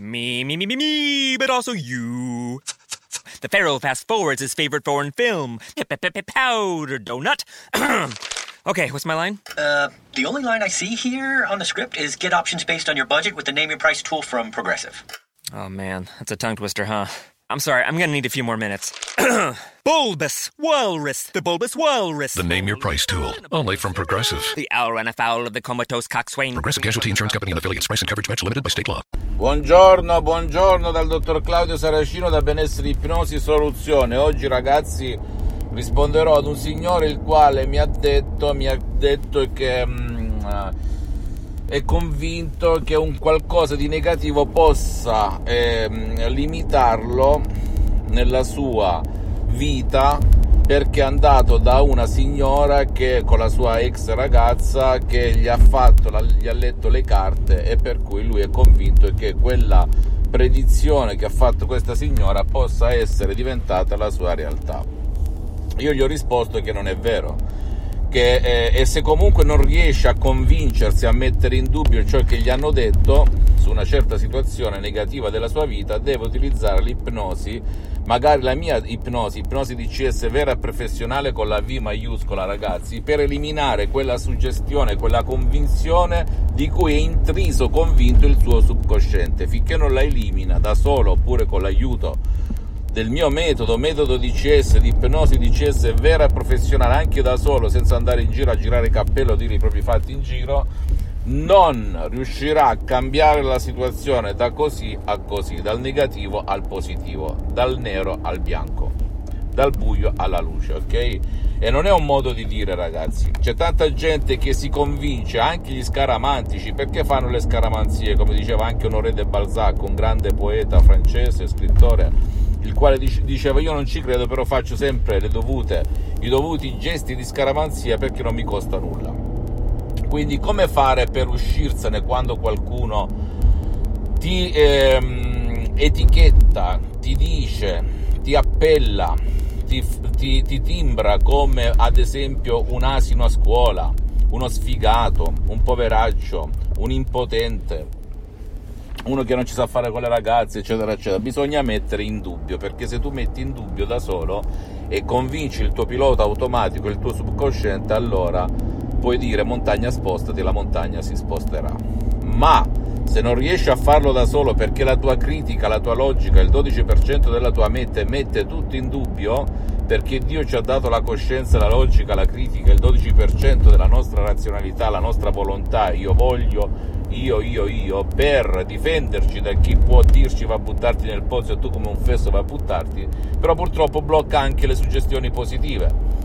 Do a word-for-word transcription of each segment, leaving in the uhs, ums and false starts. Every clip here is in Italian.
Me, me, me, me, me, but also you. The Pharaoh fast forwards his favorite foreign film, Powder Donut. Okay, what's my line? Uh, the only line I see here on the script is get options based on your budget with the Name Your Price tool from Progressive. Oh man, that's a tongue twister, huh? I'm sorry, I'm gonna need a few more minutes. Bulbous Walrus, the Bulbous Walrus. The Name Your Price tool, only from Progressive. The owl ran afoul of the comatose coxswain. Progressive Casualty Insurance Company and affiliates. Price and coverage match limited by state law. Buongiorno, buongiorno dal dottor Claudio Saracino da Benessere Ipnosi Soluzione. Oggi ragazzi risponderò ad un signore il quale mi ha detto, mi ha detto che mh, è convinto che un qualcosa di negativo possa eh, limitarlo nella sua vita, perché è andato da una signora che con la sua ex ragazza che gli ha fatto la, gli ha letto le carte, e per cui lui è convinto che quella predizione che ha fatto questa signora possa essere diventata la sua realtà. Io gli ho risposto che non è vero, che eh, e se comunque non riesce a convincersi, a mettere in dubbio ciò che gli hanno detto su una certa situazione negativa della sua vita, deve utilizzare l'ipnosi, magari la mia ipnosi, ipnosi D C S vera e professionale con la V maiuscola ragazzi, per eliminare quella suggestione, quella convinzione di cui è intriso convinto il suo subconsciente. Finché non la elimina da solo oppure con l'aiuto del mio metodo, metodo D C S, di ipnosi D C S vera e professionale, anche da solo, senza andare in giro a girare il cappello o dire i propri fatti in giro, non riuscirà a cambiare la situazione da così a così, dal negativo al positivo, dal nero al bianco, dal buio alla luce, ok? E non è un modo di dire ragazzi, c'è tanta gente che si convince, anche gli scaramantici, perché fanno le scaramanzie, come diceva anche Honoré de Balzac, un grande poeta francese, scrittore, il quale diceva io non ci credo, però faccio sempre le dovute, i dovuti gesti di scaramanzia perché non mi costa nulla. Quindi come fare per uscirsene quando qualcuno ti ehm, etichetta, ti dice, ti appella, ti, ti, ti timbra come ad esempio un asino a scuola, uno sfigato, un poveraccio, un impotente, uno che non ci sa fare con le ragazze, eccetera eccetera? Bisogna mettere in dubbio, perché se tu metti in dubbio da solo e convinci il tuo pilota automatico, il tuo subconsciente, allora puoi dire montagna spostati, la montagna si sposterà. Ma se non riesci a farlo da solo, perché la tua critica, la tua logica, il dodici per cento della tua mente mette tutto in dubbio, perché Dio ci ha dato la coscienza, la logica, la critica, il dodici per cento della nostra razionalità, la nostra volontà, io voglio, io, io, io, per difenderci da chi può dirci va a buttarti nel pozzo e tu come un fesso vai a buttarti, però purtroppo blocca anche le suggestioni positive,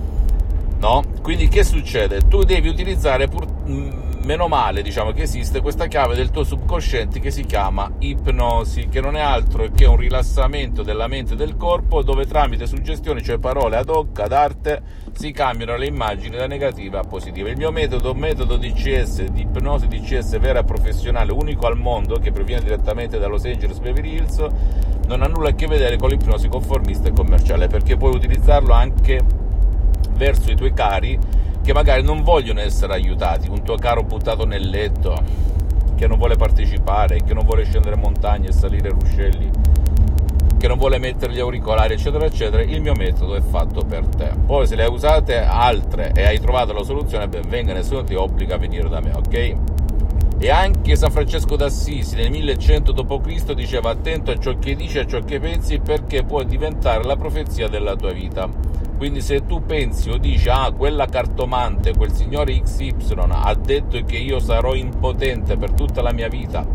no? Quindi che succede? Tu devi utilizzare, pur, meno male diciamo che esiste questa chiave del tuo subconsciente che si chiama ipnosi, che non è altro che un rilassamento della mente e del corpo, dove tramite suggestioni, cioè parole ad hoc, ad arte, si cambiano le immagini da negative a positive. Il mio metodo, metodo D C S, di ipnosi D C S vera e professionale, unico al mondo, che proviene direttamente da Los Angeles Beverly Hills, non ha nulla a che vedere con l'ipnosi conformista e commerciale, perché puoi utilizzarlo anche verso i tuoi cari che magari non vogliono essere aiutati, un tuo caro buttato nel letto che non vuole partecipare, che non vuole scendere montagne e salire ruscelli, che non vuole mettere gli auricolari, eccetera eccetera. Il mio metodo è fatto per te. Poi se le hai usate altre e hai trovato la soluzione, ben venga, nessuno ti obbliga a venire da me, ok? E anche San Francesco d'Assisi nel millecento dopo Cristo diceva attento a ciò che dici, a ciò che pensi, perché può diventare la profezia della tua vita. Quindi se tu pensi o dici ah quella cartomante, quel signore X Y ha detto che io sarò impotente per tutta la mia vita,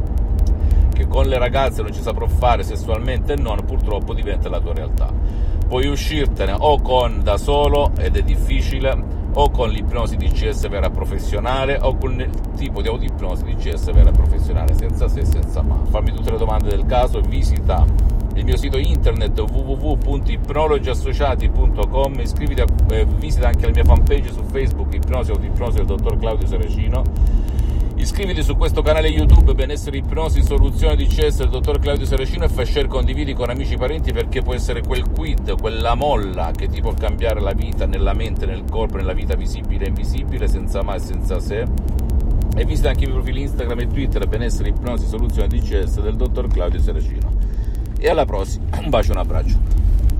che con le ragazze non ci saprò fare sessualmente e non, purtroppo diventa la tua realtà. Puoi uscirtene o con da solo, ed è difficile, o con l'ipnosi D C S vera professionale, o con il tipo di autoipnosi D C S vera professionale, senza se e senza ma. Fammi tutte le domande del caso, visita il mio sito internet w w w punto ipnologi associati punto com, iscriviti a, eh, visita anche la mia fanpage su Facebook, Ipnosi Autoipnosi del dottor Claudio Saracino, iscriviti su questo canale YouTube Benessere Ipnosi Soluzione D C S del dottor Claudio Saracino e fai share, condividi con amici e parenti, perché può essere quel quid, quella molla che ti può cambiare la vita nella mente, nel corpo, nella vita visibile e invisibile, senza ma e senza se, E visita anche i miei profili Instagram e Twitter, benessere, ipnosi, soluzione D C S del dottor Claudio Saracino. E alla prossima, un bacio e un abbraccio.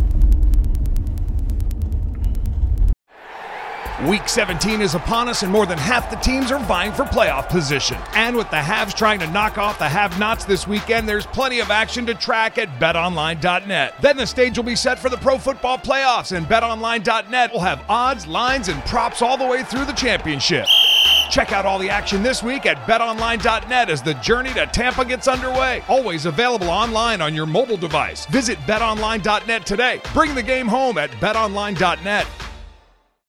Week seventeen is upon us, and more than half the teams are vying for playoff position. And with the haves trying to knock off the have-nots this weekend, there's plenty of action to track at bet online dot net. Then the stage will be set for the Pro Football Playoffs, and bet online dot net will have odds, lines, and props all the way through the championship. Check out all the action this week at bet online dot net as the journey to Tampa gets underway. Always available online on your mobile device. Visit bet online dot net today. Bring the game home at bet online dot net.